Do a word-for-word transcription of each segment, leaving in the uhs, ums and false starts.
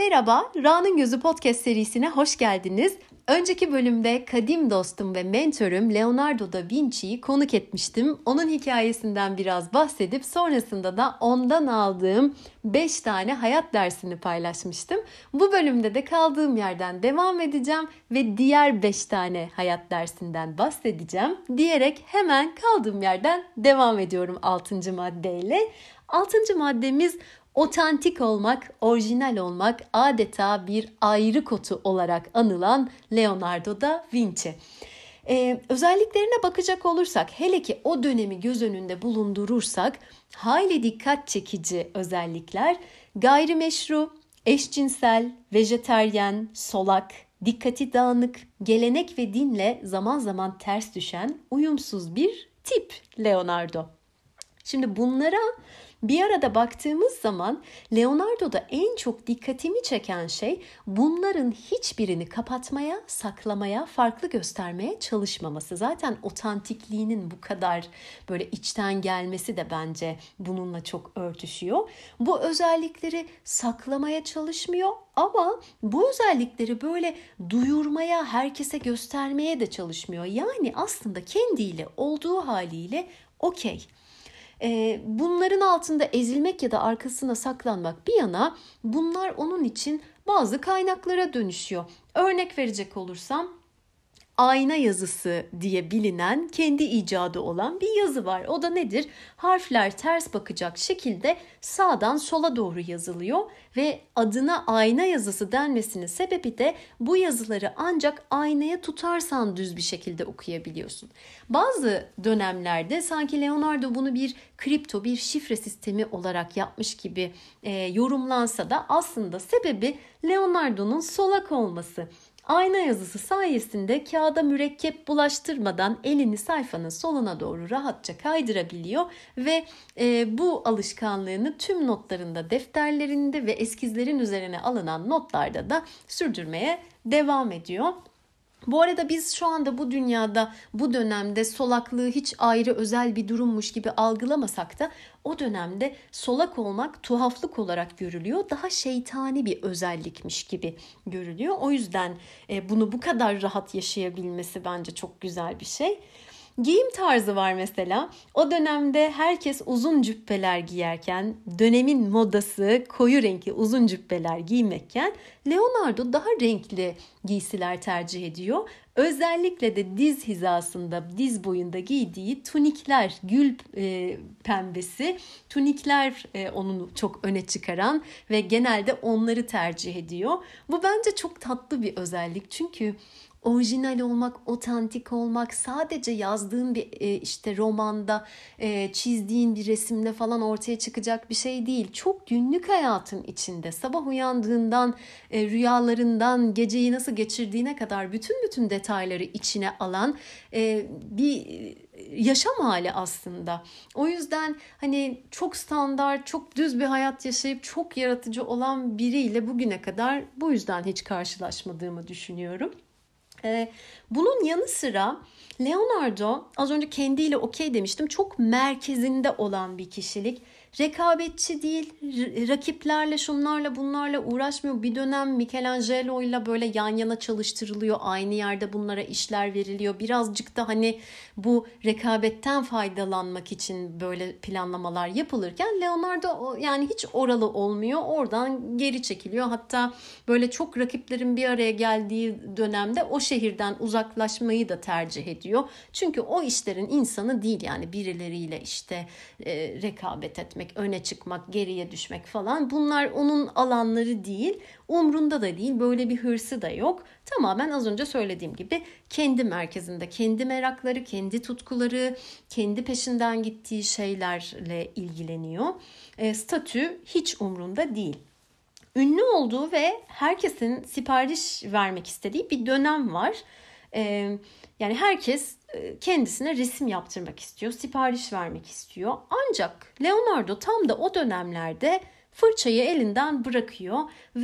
Merhaba, Ra'nın Gözü Podcast serisine hoş geldiniz. Önceki bölümde kadim dostum ve mentorum Leonardo da Vinci'yi konuk etmiştim. Onun hikayesinden biraz bahsedip sonrasında da ondan aldığım beş tane hayat dersini paylaşmıştım. Bu bölümde de kaldığım yerden devam edeceğim ve diğer beş tane hayat dersinden bahsedeceğim diyerek hemen kaldığım yerden devam ediyorum altıncı maddeyle. Altıncı maddemiz otantik olmak, orijinal olmak, adeta bir ayrı kotu olarak anılan Leonardo da Vinci. Ee, özelliklerine bakacak olursak, hele ki o dönemi göz önünde bulundurursak, hayli dikkat çekici özellikler: gayrimeşru, eşcinsel, vejeteryen, solak, dikkati dağınık, gelenek ve dinle zaman zaman ters düşen, uyumsuz bir tip Leonardo. Şimdi bunlara bir arada baktığımız zaman Leonardo'da en çok dikkatimi çeken şey bunların hiçbirini kapatmaya, saklamaya, farklı göstermeye çalışmaması. Zaten otantikliğinin bu kadar böyle içten gelmesi de bence bununla çok örtüşüyor. Bu özellikleri saklamaya çalışmıyor ama bu özellikleri böyle duyurmaya, herkese göstermeye de çalışmıyor. Yani aslında kendiyle olduğu haliyle okey. Bunların altında ezilmek ya da arkasına saklanmak bir yana, bunlar onun için bazı kaynaklara dönüşüyor. Örnek verecek olursam, ayna yazısı diye bilinen, kendi icadı olan bir yazı var. O da nedir? Harfler ters bakacak şekilde sağdan sola doğru yazılıyor ve adına ayna yazısı denmesinin sebebi de bu yazıları ancak aynaya tutarsan düz bir şekilde okuyabiliyorsun. Bazı dönemlerde sanki Leonardo bunu bir kripto, bir şifre sistemi olarak yapmış gibi e, yorumlansa da aslında sebebi Leonardo'nun solak olması. Ayna yazısı sayesinde kağıda mürekkep bulaştırmadan elini sayfanın soluna doğru rahatça kaydırabiliyor ve e, bu alışkanlığını tüm notlarında, defterlerinde ve eskizlerin üzerine alınan notlarda da sürdürmeye devam ediyor. Bu arada biz şu anda bu dünyada, bu dönemde solaklığı hiç ayrı özel bir durummuş gibi algılamasak da o dönemde solak olmak tuhaflık olarak görülüyor. Daha şeytani bir özellikmiş gibi görülüyor. O yüzden bunu bu kadar rahat yaşayabilmesi bence çok güzel bir şey. Giyim tarzı var mesela. O dönemde herkes uzun cübbeler giyerken, dönemin modası koyu renkli uzun cübbeler giymekken, Leonardo daha renkli giysiler tercih ediyor. Özellikle de diz hizasında, diz boyunda giydiği tunikler, gül e, pembesi tunikler e, onu çok öne çıkaran ve genelde onları tercih ediyor. Bu bence çok tatlı bir özellik, çünkü orijinal olmak, otantik olmak sadece yazdığın bir e, işte romanda, e, çizdiğin bir resimde falan ortaya çıkacak bir şey değil. Çok günlük hayatın içinde, sabah uyandığından, e, rüyalarından, geceyi nasıl geçirdiğine kadar bütün bütün detayları içine alan e, bir yaşam hali aslında. O yüzden hani çok standart, çok düz bir hayat yaşayıp çok yaratıcı olan biriyle bugüne kadar bu yüzden hiç karşılaşmadığımı düşünüyorum. Bunun yanı sıra Leonardo, az önce kendiyle okey demiştim, çok merkezinde olan bir kişilik. Rekabetçi değil, rakiplerle, şunlarla bunlarla uğraşmıyor. Bir dönem Michelangelo'yla böyle yan yana çalıştırılıyor. Aynı yerde bunlara işler veriliyor. Birazcık da hani bu rekabetten faydalanmak için böyle planlamalar yapılırken Leonardo yani hiç oralı olmuyor. Oradan geri çekiliyor. Hatta böyle çok rakiplerin bir araya geldiği dönemde o şehirden uzaklaşmayı da tercih ediyor. Çünkü o işlerin insanı değil, yani birileriyle işte e, rekabet etmek, öne çıkmak, geriye düşmek falan, bunlar onun alanları değil, umrunda da değil, böyle bir hırsı da yok. Tamamen az önce söylediğim gibi kendi merkezinde, kendi merakları, kendi tutkuları, kendi peşinden gittiği şeylerle ilgileniyor. E, statü hiç umrunda değil. Ünlü olduğu ve herkesin sipariş vermek istediği bir dönem var. Ee, yani herkes kendisine resim yaptırmak istiyor, sipariş vermek istiyor. Ancak Leonardo tam da o dönemlerde fırçayı elinden bırakıyor ve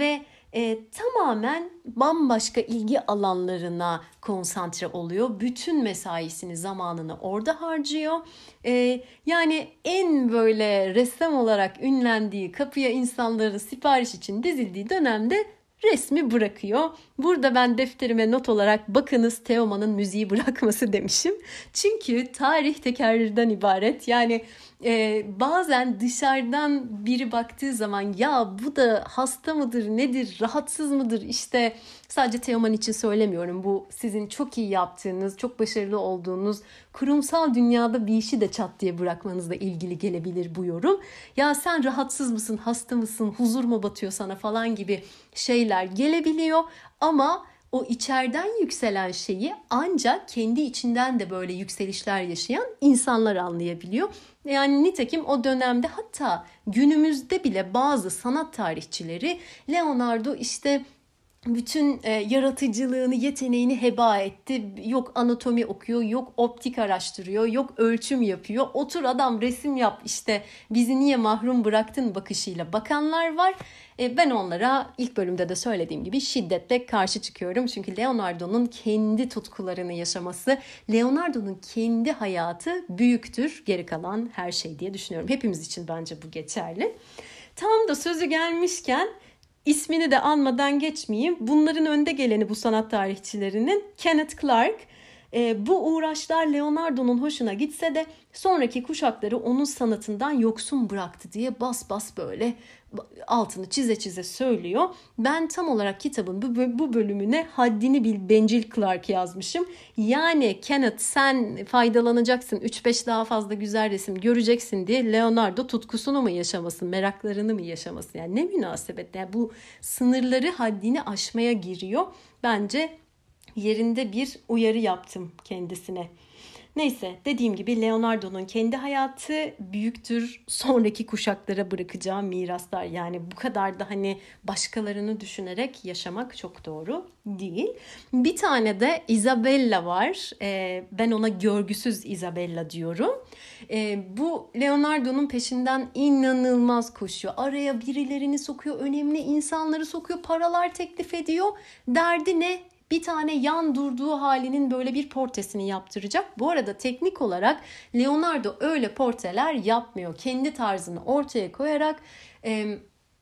e, tamamen bambaşka ilgi alanlarına konsantre oluyor. Bütün mesaisini, zamanını orada harcıyor. E, yani en böyle ressam olarak ünlendiği, kapıya insanların sipariş için dizildiği dönemde resmi bırakıyor. Burada ben defterime not olarak bakınız Teoman'ın müziği bırakması demişim. Çünkü tarih tekerrürden ibaret. Yani e, bazen dışarıdan biri baktığı zaman ya bu da hasta mıdır, nedir, rahatsız mıdır? İşte sadece Teoman için söylemiyorum. Bu sizin çok iyi yaptığınız, çok başarılı olduğunuz kurumsal dünyada bir işi de çat diye bırakmanızla ilgili gelebilir bu yorum. Ya sen rahatsız mısın, hasta mısın, huzur mu batıyor sana falan gibi şeyler gelebiliyor. Ama o içeriden yükselen şeyi ancak kendi içinden de böyle yükselişler yaşayan insanlar anlayabiliyor. Yani nitekim o dönemde hatta günümüzde bile bazı sanat tarihçileri Leonardo işte bütün e, yaratıcılığını, yeteneğini heba etti. Yok anatomi okuyor, yok optik araştırıyor, yok ölçüm yapıyor. Otur adam resim yap işte bizi niye mahrum bıraktın bakışıyla bakanlar var. E, ben onlara ilk bölümde de söylediğim gibi şiddetle karşı çıkıyorum. Çünkü Leonardo'nun kendi tutkularını yaşaması, Leonardo'nun kendi hayatı büyüktür geri kalan her şey diye düşünüyorum. Hepimiz için bence bu geçerli. Tam da sözü gelmişken İsmini de anmadan geçmeyeyim. Bunların önde geleni bu sanat tarihçilerinin Kenneth Clark. E, bu uğraşlar Leonardo'nun hoşuna gitse de sonraki kuşakları onun sanatından yoksun bıraktı diye bas bas böyle altını çize çize söylüyor. Ben tam olarak kitabın bu, bu bölümüne haddini bil bencil Clark yazmışım. Yani Kenneth sen faydalanacaksın, üç beş daha fazla güzel resim göreceksin diye Leonardo tutkusunu mu yaşamasın, meraklarını mı yaşamasın? Yani ne münasebet. Yani bu sınırları haddini aşmaya giriyor. Bence yerinde bir uyarı yaptım kendisine. Neyse dediğim gibi Leonardo'nun kendi hayatı büyüktür. Sonraki kuşaklara bırakacağı miraslar. Yani bu kadar da hani başkalarını düşünerek yaşamak çok doğru değil. Bir tane de Isabella var. Ee, ben ona görgüsüz Isabella diyorum. Ee, bu Leonardo'nun peşinden inanılmaz koşuyor. Araya birilerini sokuyor, önemli insanları sokuyor, paralar teklif ediyor. Derdi ne? Bir tane yan durduğu halinin böyle bir portresini yaptıracak. Bu arada teknik olarak Leonardo öyle portreler yapmıyor. Kendi tarzını ortaya koyarak e,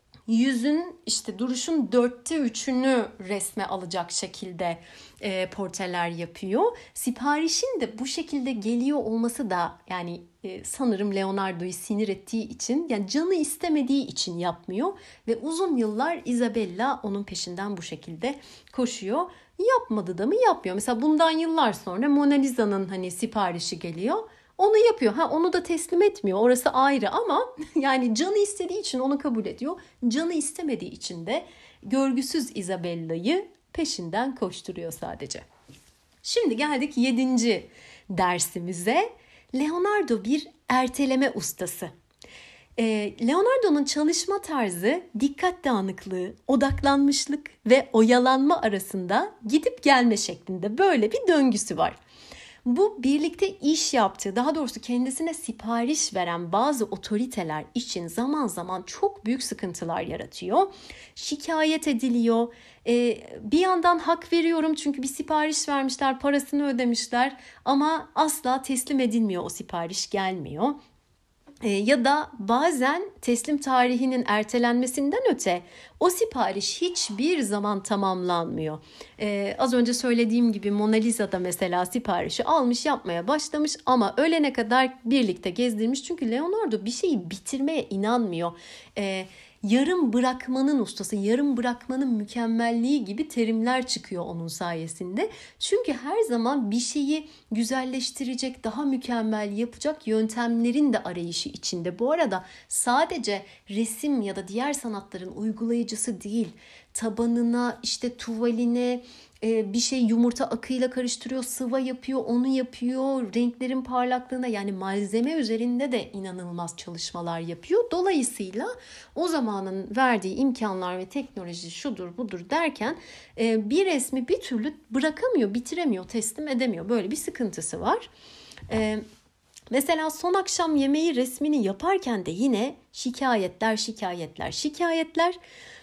yüzün işte duruşun dörtte üçünü resme alacak şekilde e, portreler yapıyor. Siparişin de bu şekilde geliyor olması da yani e, sanırım Leonardo'yu sinir ettiği için yani canı istemediği için yapmıyor. Ve uzun yıllar Isabella onun peşinden bu şekilde koşuyor. Yapmadı da mı yapmıyor. Mesela bundan yıllar sonra Mona Lisa'nın hani siparişi geliyor. Onu yapıyor. Ha onu da teslim etmiyor. Orası ayrı ama yani canı istediği için onu kabul ediyor. Canı istemediği için de görgüsüz Isabella'yı peşinden koşturuyor sadece. Şimdi geldik yedinci dersimize. Leonardo bir erteleme ustası. Leonardo'nun çalışma tarzı dikkat dağınıklığı, odaklanmışlık ve oyalanma arasında gidip gelme şeklinde böyle bir döngüsü var. Bu birlikte iş yaptığı, daha doğrusu kendisine sipariş veren bazı otoriteler için zaman zaman çok büyük sıkıntılar yaratıyor. Şikayet ediliyor. Ee, bir yandan hak veriyorum çünkü bir sipariş vermişler, parasını ödemişler ama asla teslim edilmiyor, o sipariş gelmiyor. Ya da bazen teslim tarihinin ertelenmesinden öte o sipariş hiçbir zaman tamamlanmıyor. Ee, az önce söylediğim gibi Mona Lisa'da mesela siparişi almış yapmaya başlamış ama ölene kadar birlikte gezdirmiş. Çünkü Leonardo bir şeyi bitirmeye inanmıyor. Ee, yarım bırakmanın ustası, yarım bırakmanın mükemmelliği gibi terimler çıkıyor onun sayesinde. Çünkü her zaman bir şeyi güzelleştirecek, daha mükemmel yapacak yöntemlerin de arayışı içinde. Bu arada sadece resim ya da diğer sanatların uygulayıcısı değil, tabanına, işte tuvaline bir şey yumurta akıyla karıştırıyor, sıva yapıyor, onu yapıyor, renklerin parlaklığına yani malzeme üzerinde de inanılmaz çalışmalar yapıyor. Dolayısıyla o zamanın verdiği imkanlar ve teknoloji şudur budur derken bir resmi bir türlü bırakamıyor, bitiremiyor, teslim edemiyor. Böyle bir sıkıntısı var. Mesela Son Akşam Yemeği resmini yaparken de yine şikayetler, şikayetler, şikayetler.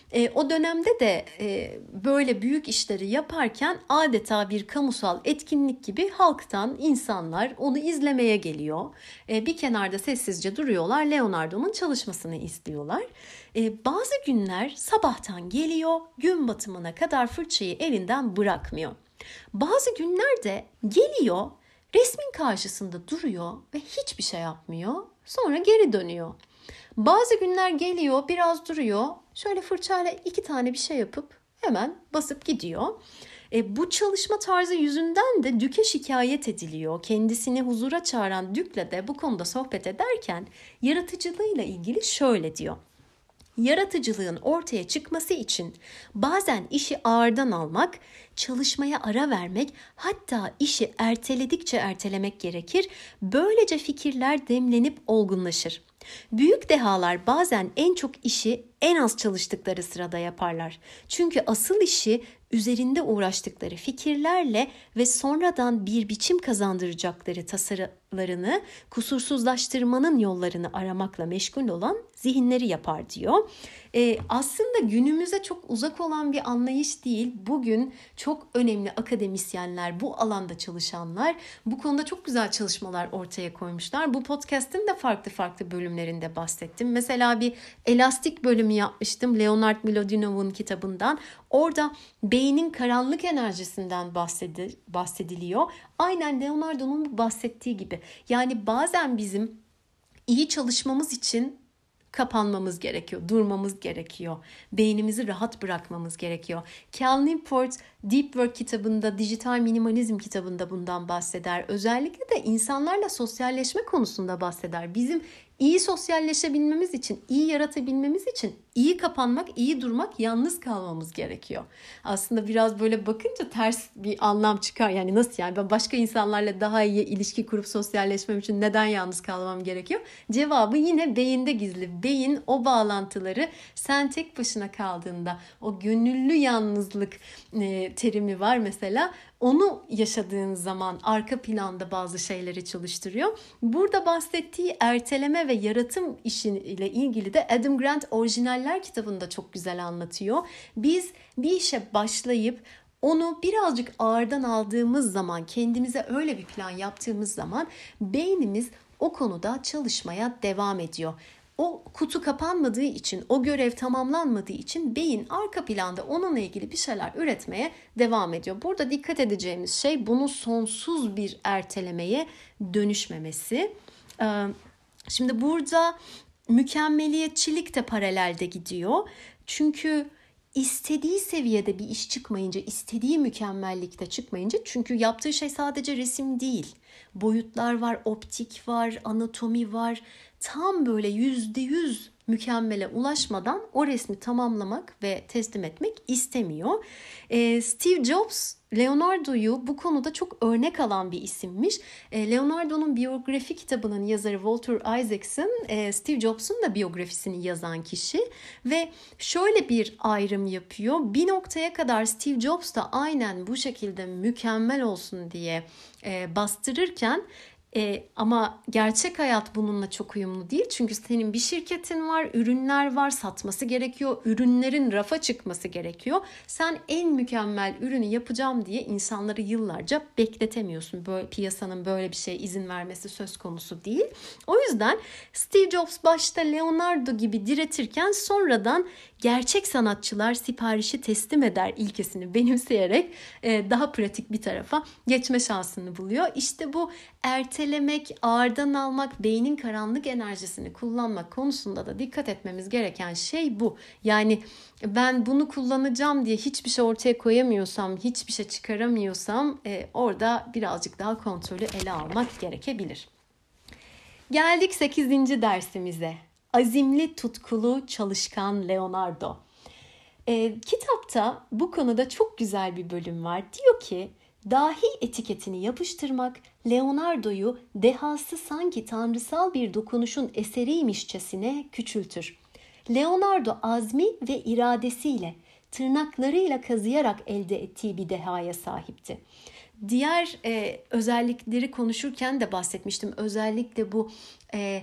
E, o dönemde de e, böyle büyük işleri yaparken adeta bir kamusal etkinlik gibi halktan insanlar onu izlemeye geliyor. E, bir kenarda sessizce duruyorlar, Leonardo'nun çalışmasını izliyorlar. E, bazı günler sabahtan geliyor, gün batımına kadar fırçayı elinden bırakmıyor. Bazı günler de geliyor, resmin karşısında duruyor ve hiçbir şey yapmıyor, sonra geri dönüyor. Bazı günler geliyor, biraz duruyor, şöyle fırçayla iki tane bir şey yapıp hemen basıp gidiyor. E, bu çalışma tarzı yüzünden de Dük'e şikayet ediliyor. Kendisini huzura çağıran Dük'le de bu konuda sohbet ederken yaratıcılığıyla ilgili şöyle diyor. Yaratıcılığın ortaya çıkması için bazen işi ağırdan almak, çalışmaya ara vermek, hatta işi erteledikçe ertelemek gerekir. Böylece fikirler demlenip olgunlaşır. Büyük dehalar bazen en çok işi en az çalıştıkları sırada yaparlar. Çünkü asıl işi üzerinde uğraştıkları fikirlerle ve sonradan bir biçim kazandıracakları tasarılarını kusursuzlaştırmanın yollarını aramakla meşgul olan zihinleri yapar diyor. Ee, aslında günümüze çok uzak olan bir anlayış değil. Bugün çok önemli akademisyenler, bu alanda çalışanlar bu konuda çok güzel çalışmalar ortaya koymuşlar. Bu podcast'in de farklı farklı bölümlerinde bahsettim. Mesela bir elastik bölümü yapmıştım Leonard Milodinov'un kitabından. Orada beynin karanlık enerjisinden bahsediliyor. Aynen Leonardo'nun bahsettiği gibi. Yani bazen bizim iyi çalışmamız için kapanmamız gerekiyor, durmamız gerekiyor. Beynimizi rahat bırakmamız gerekiyor. Cal Newport Deep Work kitabında, Dijital Minimalizm kitabında bundan bahseder. Özellikle de insanlarla sosyalleşme konusunda bahseder. Bizim iyi sosyalleşebilmemiz için, iyi yaratabilmemiz için iyi kapanmak, iyi durmak, yalnız kalmamız gerekiyor. Aslında biraz böyle bakınca ters bir anlam çıkar. Yani nasıl yani? Ben başka insanlarla daha iyi ilişki kurup sosyalleşmem için neden yalnız kalmam gerekiyor? Cevabı yine beyinde gizli. Beyin o bağlantıları sen tek başına kaldığında, o gönüllü yalnızlık e, terimi var mesela. Onu yaşadığın zaman arka planda bazı şeyleri çalıştırıyor. Burada bahsettiği erteleme ve yaratım işiyle ilgili de Adam Grant Orijinaller kitabında çok güzel anlatıyor. Biz bir işe başlayıp onu birazcık ağırdan aldığımız zaman, kendimize öyle bir plan yaptığımız zaman beynimiz o konuda çalışmaya devam ediyor. O kutu kapanmadığı için, o görev tamamlanmadığı için beyin arka planda onunla ilgili bir şeyler üretmeye devam ediyor. Burada dikkat edeceğimiz şey bunun sonsuz bir ertelemeye dönüşmemesi. Şimdi burada mükemmeliyetçilik de paralelde gidiyor. Çünkü istediği seviyede bir iş çıkmayınca, istediği mükemmellikte çıkmayınca, çünkü yaptığı şey sadece resim değil. Boyutlar var, optik var, anatomi var. Tam böyle yüzde yüz mükemmele ulaşmadan o resmi tamamlamak ve teslim etmek istemiyor. Ee, Steve Jobs, Leonardo'yu bu konuda çok örnek alan bir isimmiş. Ee, Leonardo'nun biyografi kitabının yazarı Walter Isaacson, e, Steve Jobs'un da biyografisini yazan kişi ve şöyle bir ayrım yapıyor. Bir noktaya kadar Steve Jobs da aynen bu şekilde mükemmel olsun diye e, bastırırken, E, ama gerçek hayat bununla çok uyumlu değil. Çünkü senin bir şirketin var, ürünler var, satması gerekiyor, ürünlerin rafa çıkması gerekiyor. Sen en mükemmel ürünü yapacağım diye insanları yıllarca bekletemiyorsun. Böyle, piyasanın böyle bir şeye izin vermesi söz konusu değil. O yüzden Steve Jobs başta Leonardo gibi diretirken sonradan gerçek sanatçılar siparişi teslim eder ilkesini benimseyerek e, daha pratik bir tarafa geçme şansını buluyor. İşte bu ertelemek, ağırdan almak, beynin karanlık enerjisini kullanmak konusunda da dikkat etmemiz gereken şey bu. Yani ben bunu kullanacağım diye hiçbir şey ortaya koyamıyorsam, hiçbir şey çıkaramıyorsam e, orada birazcık daha kontrolü ele almak gerekebilir. Geldik sekizinci dersimize. Azimli, tutkulu, çalışkan Leonardo. E, kitapta bu konuda çok güzel bir bölüm var. Diyor ki, dahi etiketini yapıştırmak Leonardo'yu dehası sanki tanrısal bir dokunuşun eseriymişçesine küçültür. Leonardo azmi ve iradesiyle, tırnaklarıyla kazıyarak elde ettiği bir dehaya sahipti. diğer e, özellikleri konuşurken de bahsetmiştim. Özellikle bu e,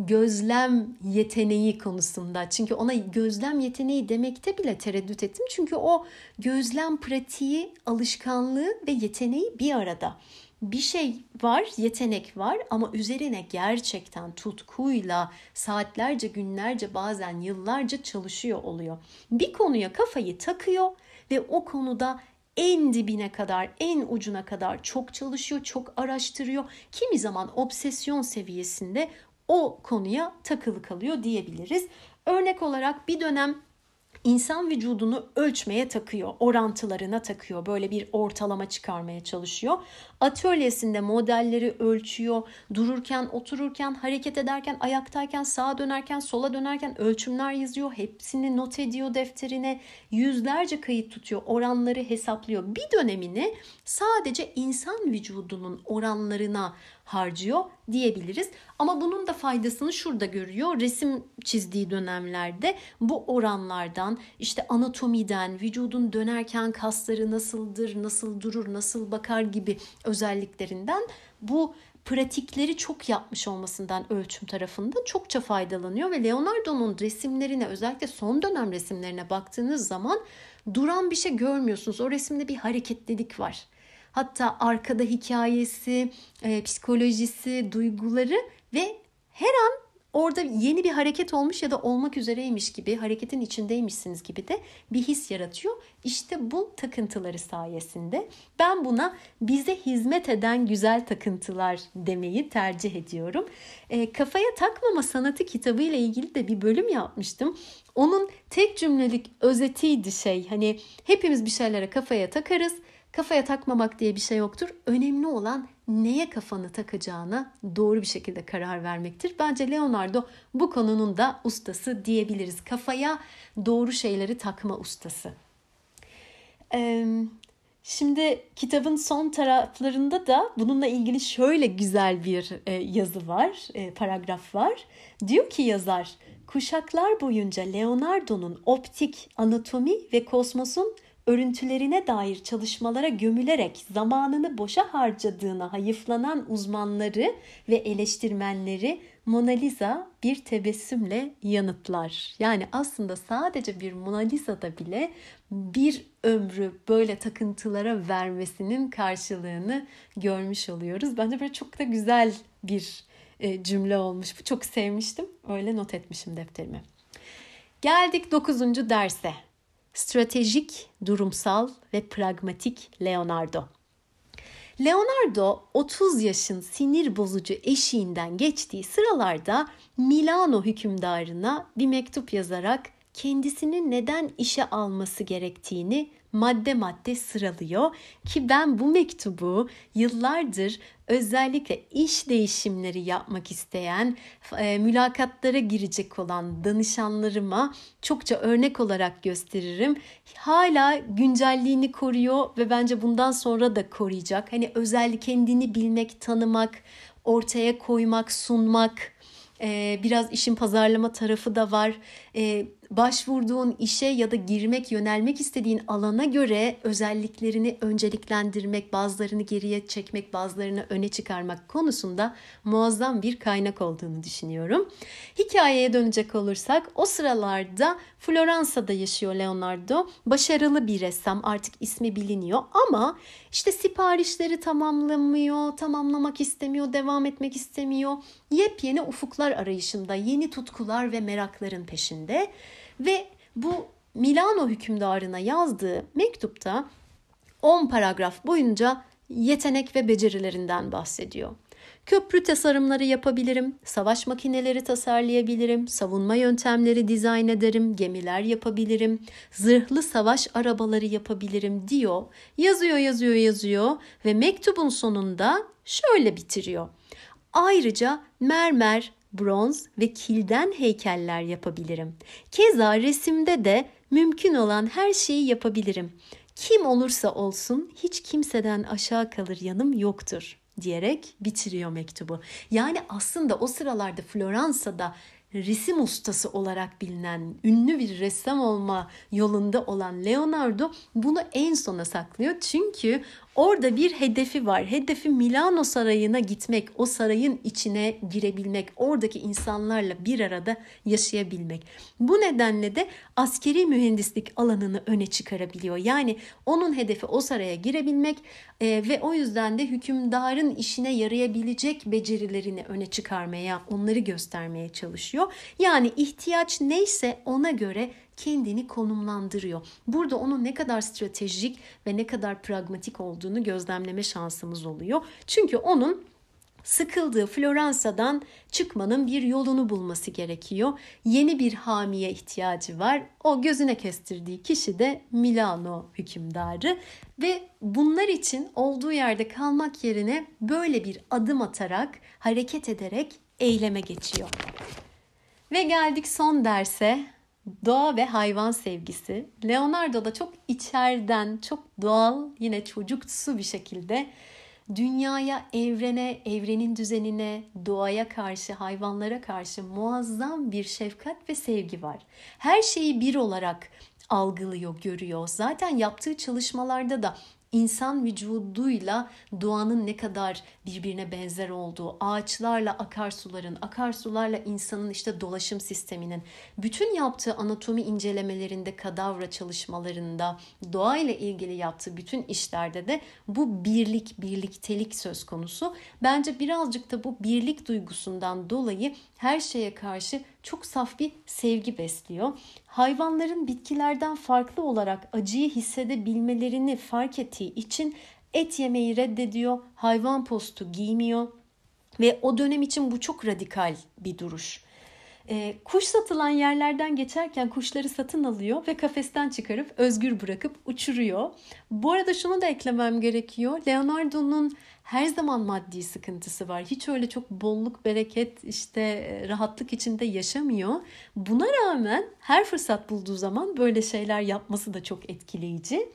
gözlem yeteneği konusunda. Çünkü ona gözlem yeteneği demekte bile tereddüt ettim. Çünkü o gözlem pratiği, alışkanlığı ve yeteneği bir arada. Bir şey var, yetenek var ama üzerine gerçekten tutkuyla saatlerce, günlerce, bazen yıllarca çalışıyor oluyor. Bir konuya kafayı takıyor ve o konuda en dibine kadar, en ucuna kadar çok çalışıyor, çok araştırıyor. Kimi zaman obsesyon seviyesinde o konuya takılı kalıyor diyebiliriz. Örnek olarak bir dönem İnsan vücudunu ölçmeye takıyor, orantılarına takıyor. Böyle bir ortalama çıkarmaya çalışıyor. Atölyesinde modelleri ölçüyor. Dururken, otururken, hareket ederken, ayaktayken, sağa dönerken, sola dönerken ölçümler yazıyor. Hepsini not ediyor defterine. Yüzlerce kayıt tutuyor, oranları hesaplıyor. Bir dönemini sadece insan vücudunun oranlarına harcıyor diyebiliriz. Ama bunun da faydasını şurada görüyor. Resim çizdiği dönemlerde bu oranlardan, işte anatomiden, vücudun dönerken kasları nasıldır, nasıl durur, nasıl bakar gibi özelliklerinden bu pratikleri çok yapmış olmasından ölçüm tarafında çokça faydalanıyor ve Leonardo'nun resimlerine, özellikle son dönem resimlerine baktığınız zaman duran bir şey görmüyorsunuz. O resimde bir hareketlilik var. Hatta arkada hikayesi, e, psikolojisi, duyguları ve her an orada yeni bir hareket olmuş ya da olmak üzereymiş gibi, hareketin içindeymişsiniz gibi de bir his yaratıyor. İşte bu takıntıları sayesinde ben buna bize hizmet eden güzel takıntılar demeyi tercih ediyorum. E, kafaya takmama sanatı kitabı ile ilgili de bir bölüm yapmıştım. Onun tek cümlelik özetiydi şey, hani hepimiz bir şeylere kafaya takarız. Kafaya takmamak diye bir şey yoktur. Önemli olan neye kafanı takacağına doğru bir şekilde karar vermektir. Bence Leonardo bu konunun da ustası diyebiliriz. Kafaya doğru şeyleri takma ustası. Ee, şimdi kitabın son taraflarında da bununla ilgili şöyle güzel bir e, yazı var, e, paragraf var. Diyor ki yazar, kuşaklar boyunca Leonardo'nun optik, anatomi ve kosmosun örüntülerine dair çalışmalara gömülerek zamanını boşa harcadığına hayıflanan uzmanları ve eleştirmenleri Mona Lisa bir tebessümle yanıtlar. Yani aslında sadece bir Mona Lisa'da bile bir ömrü böyle takıntılara vermesinin karşılığını görmüş oluyoruz. Bence böyle çok da güzel bir cümle olmuş. Bu çok sevmiştim. Öyle not etmişim defterime. Geldik dokuzuncu derse. Stratejik, durumsal ve pragmatik Leonardo. Leonardo otuz yaşın sinir bozucu eşiğinden geçtiği sıralarda Milano hükümdarına bir mektup yazarak kendisini neden işe alması gerektiğini madde madde sıralıyor ki ben bu mektubu yıllardır özellikle iş değişimleri yapmak isteyen, e, mülakatlara girecek olan danışanlarıma çokça örnek olarak gösteririm. Hala güncelliğini koruyor ve bence bundan sonra da koruyacak. Hani özel kendini bilmek, tanımak, ortaya koymak, sunmak, e, biraz işin pazarlama tarafı da var. E, başvurduğun işe ya da girmek, yönelmek istediğin alana göre özelliklerini önceliklendirmek, bazılarını geriye çekmek, bazılarını öne çıkarmak konusunda muazzam bir kaynak olduğunu düşünüyorum. Hikayeye dönecek olursak o sıralarda Floransa'da yaşıyor Leonardo. Başarılı bir ressam, artık ismi biliniyor ama işte siparişleri tamamlamıyor, tamamlamak istemiyor, devam etmek istemiyor. Yepyeni ufuklar arayışında, yeni tutkular ve merakların peşinde. Ve bu Milano hükümdarına yazdığı mektupta on paragraf boyunca yetenek ve becerilerinden bahsediyor. Köprü tasarımları yapabilirim, savaş makineleri tasarlayabilirim, savunma yöntemleri dizayn ederim, gemiler yapabilirim, zırhlı savaş arabaları yapabilirim diyor. Yazıyor, yazıyor, yazıyor ve mektubun sonunda şöyle bitiriyor. Ayrıca mermer, bronz ve kilden heykeller yapabilirim. Keza resimde de mümkün olan her şeyi yapabilirim. Kim olursa olsun hiç kimseden aşağı kalır yanım yoktur diyerek bitiriyor mektubu. Yani aslında o sıralarda Floransa'da resim ustası olarak bilinen, ünlü bir ressam olma yolunda olan Leonardo bunu en sona saklıyor. Çünkü Orada bir hedefi var. Hedefi Milano Sarayı'na gitmek, o sarayın içine girebilmek, oradaki insanlarla bir arada yaşayabilmek. Bu nedenle de askeri mühendislik alanını öne çıkarabiliyor. Yani onun hedefi o saraya girebilmek e, ve o yüzden de hükümdarın işine yarayabilecek becerilerini öne çıkarmaya, onları göstermeye çalışıyor. Yani ihtiyaç neyse ona göre kendini konumlandırıyor. Burada onun ne kadar stratejik ve ne kadar pragmatik olduğunu gözlemleme şansımız oluyor. Çünkü onun sıkıldığı Floransa'dan çıkmanın bir yolunu bulması gerekiyor. Yeni bir hamiye ihtiyacı var. O gözüne kestirdiği kişi de Milano hükümdarı ve bunlar için olduğu yerde kalmak yerine böyle bir adım atarak, hareket ederek eyleme geçiyor. Ve geldik son derse. Doğa ve hayvan sevgisi. Leonardo da çok içeriden, çok doğal, yine çocuksu bir şekilde dünyaya, evrene, evrenin düzenine, doğaya karşı, hayvanlara karşı muazzam bir şefkat ve sevgi var. Her şeyi bir olarak algılıyor, görüyor. Zaten yaptığı çalışmalarda da İnsan vücuduyla doğanın ne kadar birbirine benzer olduğu, ağaçlarla akarsuların, akarsularla insanın işte dolaşım sisteminin, bütün yaptığı anatomi incelemelerinde, kadavra çalışmalarında, doğayla ilgili yaptığı bütün işlerde de bu birlik, birliktelik söz konusu. Bence birazcık da bu birlik duygusundan dolayı her şeye karşı çok saf bir sevgi besliyor. Hayvanların bitkilerden farklı olarak acıyı hissedebilmelerini fark ettiği için et yemeyi reddediyor, hayvan postu giymiyor ve o dönem için bu çok radikal bir duruş. E, kuş satılan yerlerden geçerken kuşları satın alıyor ve kafesten çıkarıp özgür bırakıp uçuruyor. Bu arada şunu da eklemem gerekiyor. Leonardo'nun her zaman maddi sıkıntısı var. Hiç öyle çok bolluk, bereket, işte rahatlık içinde yaşamıyor. Buna rağmen her fırsat bulduğu zaman böyle şeyler yapması da çok etkileyici.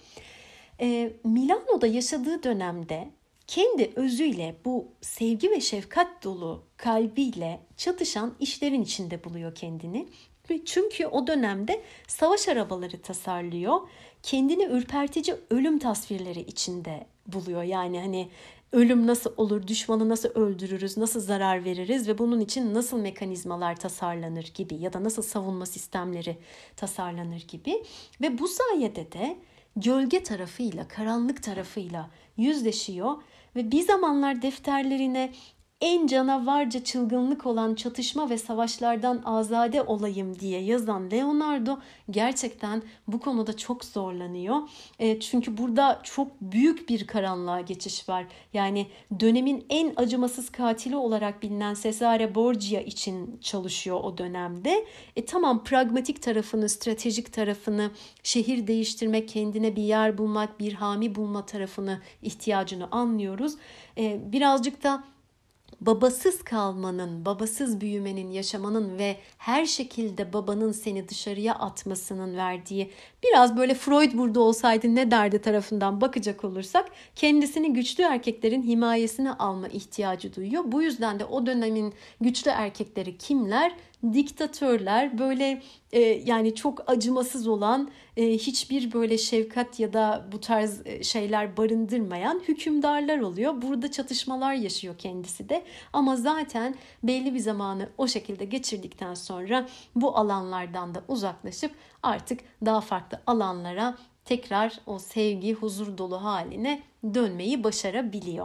E, Milano'da yaşadığı dönemde kendi özüyle, bu sevgi ve şefkat dolu kalbiyle çatışan işlerin içinde buluyor kendini. Çünkü o dönemde savaş arabaları tasarlıyor. Kendini ürpertici ölüm tasvirleri içinde buluyor. Yani hani ölüm nasıl olur, düşmanı nasıl öldürürüz, nasıl zarar veririz ve bunun için nasıl mekanizmalar tasarlanır gibi ya da nasıl savunma sistemleri tasarlanır gibi. Ve bu sayede de gölge tarafıyla, karanlık tarafıyla yüzleşiyor ve bir zamanlar defterlerine en canavarca çılgınlık olan çatışma ve savaşlardan azade olayım diye yazan Leonardo gerçekten bu konuda çok zorlanıyor. E, çünkü burada çok büyük bir karanlığa geçiş var. Yani dönemin en acımasız katili olarak bilinen Cesare Borgia için çalışıyor o dönemde. E, tamam, pragmatik tarafını, stratejik tarafını, şehir değiştirmek, kendine bir yer bulmak, bir hami bulma tarafını, ihtiyacını anlıyoruz. E, birazcık da babasız kalmanın, babasız büyümenin, yaşamanın ve her şekilde babanın seni dışarıya atmasının verdiği, biraz böyle Freud burada olsaydı ne derdi tarafından bakacak olursak, kendisini güçlü erkeklerin himayesine alma ihtiyacı duyuyor. Bu yüzden de o dönemin güçlü erkekleri kimler? Diktatörler, böyle e, yani çok acımasız olan, e, hiçbir böyle şefkat ya da bu tarz şeyler barındırmayan hükümdarlar oluyor. Burada çatışmalar yaşıyor kendisi de, ama zaten belli bir zamanı o şekilde geçirdikten sonra bu alanlardan da uzaklaşıp artık daha farklı alanlara, tekrar o sevgi, huzur dolu haline dönmeyi başarabiliyor.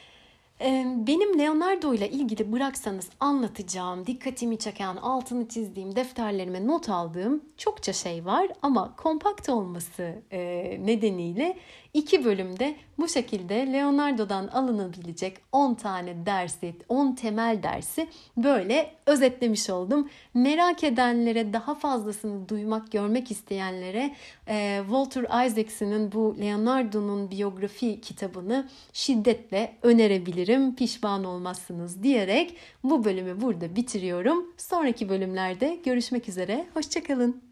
Benim Leonardo ile ilgili bıraksanız anlatacağım, dikkatimi çeken, altını çizdiğim, defterlerime not aldığım çokça şey var. Ama kompakt olması nedeniyle iki bölümde bu şekilde Leonardo'dan alınabilecek on tane dersi, on temel dersi böyle özetlemiş oldum. Merak edenlere, daha fazlasını duymak, görmek isteyenlere Walter Isaacson'ın bu Leonardo'nun biyografi kitabını şiddetle önerebilirim. Pişman olmazsınız diyerek bu bölümü burada bitiriyorum. Sonraki bölümlerde görüşmek üzere. Hoşça kalın.